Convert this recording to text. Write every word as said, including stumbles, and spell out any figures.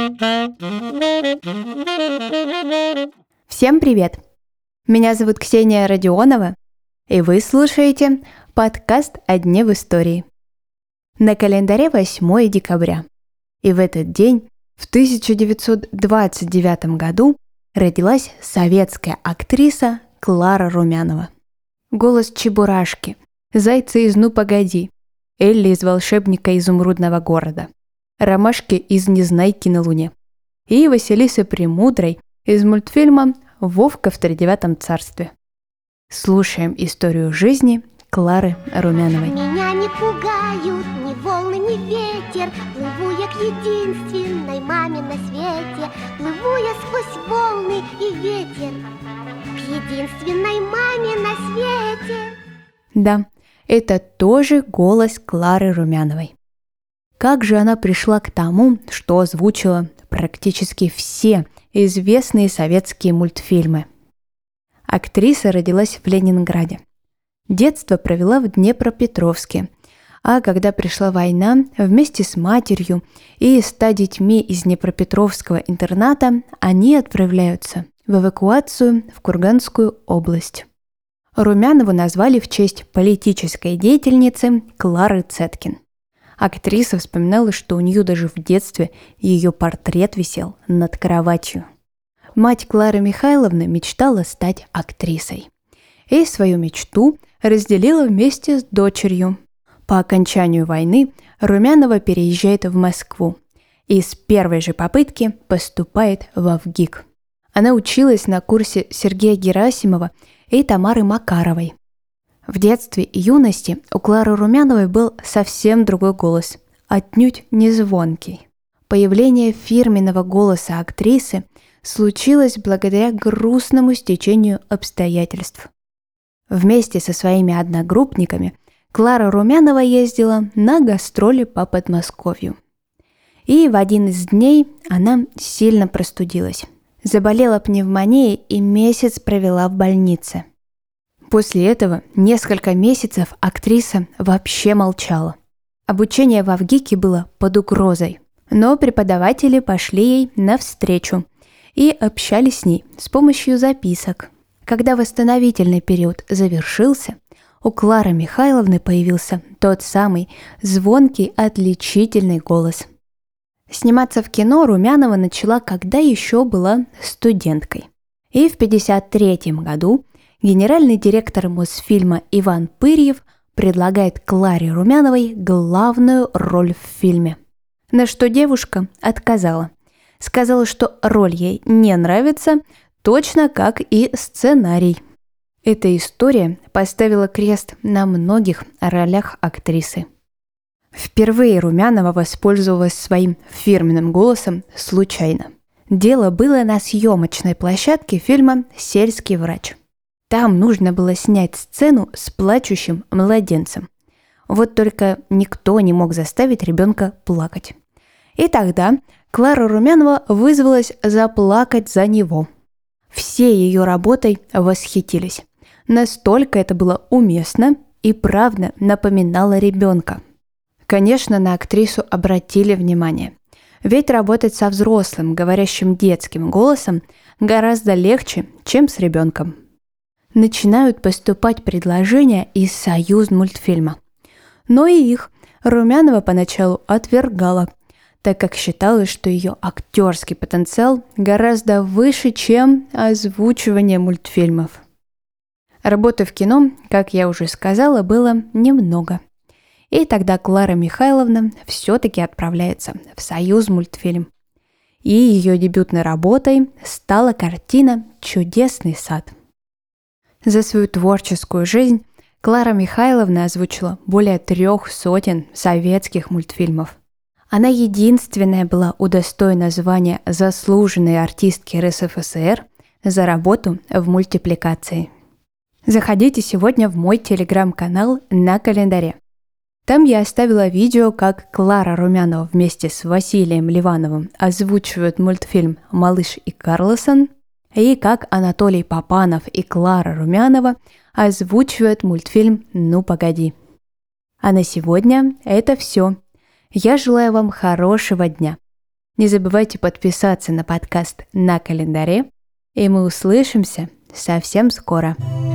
Всем привет! Меня зовут Ксения Родионова, и вы слушаете подкаст «О дне в истории». На календаре восьмое декабря, и в этот день, в тысяча девятьсот двадцать девятом году, родилась советская актриса Клара Румянова. Голос Чебурашки, Зайца из «Ну, погоди», Элли из «Волшебника изумрудного города», Ромашки из «Незнайки на луне» и Василисы Премудрой из мультфильма «Вовка в тридевятом царстве». Слушаем историю жизни Клары Румяновой. Меня не пугают ни волны, ни ветер. Плыву я к единственной маме на свете. Плыву я сквозь волны и ветер к единственной маме на свете. Да, это тоже голос Клары Румяновой. Как же она пришла к тому, что озвучила практически все известные советские мультфильмы? Актриса родилась в Ленинграде. Детство провела в Днепропетровске, а когда пришла война, вместе с матерью и ста детьми из Днепропетровского интерната они отправляются в эвакуацию в Курганскую область. Румянову назвали в честь политической деятельницы Клары Цеткин. Актриса вспоминала, что у нее даже в детстве ее портрет висел над кроватью. Мать Клары Михайловны мечтала стать актрисой. И свою мечту разделила вместе с дочерью. По окончанию войны Румянова переезжает в Москву и с первой же попытки поступает в ВГИК. Она училась на курсе Сергея Герасимова и Тамары Макаровой. В детстве и юности у Клары Румяновой был совсем другой голос, отнюдь не звонкий. Появление фирменного голоса актрисы случилось благодаря грустному стечению обстоятельств. Вместе со своими одногруппниками Клара Румянова ездила на гастроли по Подмосковью. И в один из дней она сильно простудилась. Заболела пневмонией и месяц провела в больнице. После этого несколько месяцев актриса вообще молчала. Обучение в ВГИКе было под угрозой, но преподаватели пошли ей навстречу и общались с ней с помощью записок. Когда восстановительный период завершился, у Клары Михайловны появился тот самый звонкий, отличительный голос. Сниматься в кино Румянова начала, когда еще была студенткой. И в пятьдесят третьем году генеральный директор Мосфильма Иван Пырьев предлагает Кларе Румяновой главную роль в фильме. На что девушка отказала. Сказала, что роль ей не нравится, точно как и сценарий. Эта история поставила крест на многих ролях актрисы. Впервые Румянова воспользовалась своим фирменным голосом случайно. Дело было на съемочной площадке фильма «Сельский врач». Там нужно было снять сцену с плачущим младенцем. Вот только никто не мог заставить ребенка плакать. И тогда Клара Румянова вызвалась заплакать за него. Все ее работой восхитились. Настолько это было уместно и правда напоминало ребенка. Конечно, на актрису обратили внимание. Ведь работать со взрослым, говорящим детским голосом гораздо легче, чем с ребенком. Начинают поступать предложения из Союзмультфильма. Но и их Румянова поначалу отвергала, так как считалось, что ее актерский потенциал гораздо выше, чем озвучивание мультфильмов. Работы в кино, как я уже сказала, было немного. И тогда Клара Михайловна все-таки отправляется в Союзмультфильм. И ее дебютной работой стала картина «Чудесный сад». За свою творческую жизнь Клара Михайловна озвучила более трех сотен советских мультфильмов. Она единственная была удостоена звания заслуженной артистки РСФСР за работу в мультипликации. Заходите сегодня в мой телеграм-канал на календаре. Там я оставила видео, как Клара Румянова вместе с Василием Ливановым озвучивают мультфильм «Малыш и Карлсон», и как Анатолий Папанов и Клара Румянова озвучивают мультфильм «Ну, погоди». А на сегодня это все. Я желаю вам хорошего дня. Не забывайте подписаться на подкаст на календаре, и мы услышимся совсем скоро.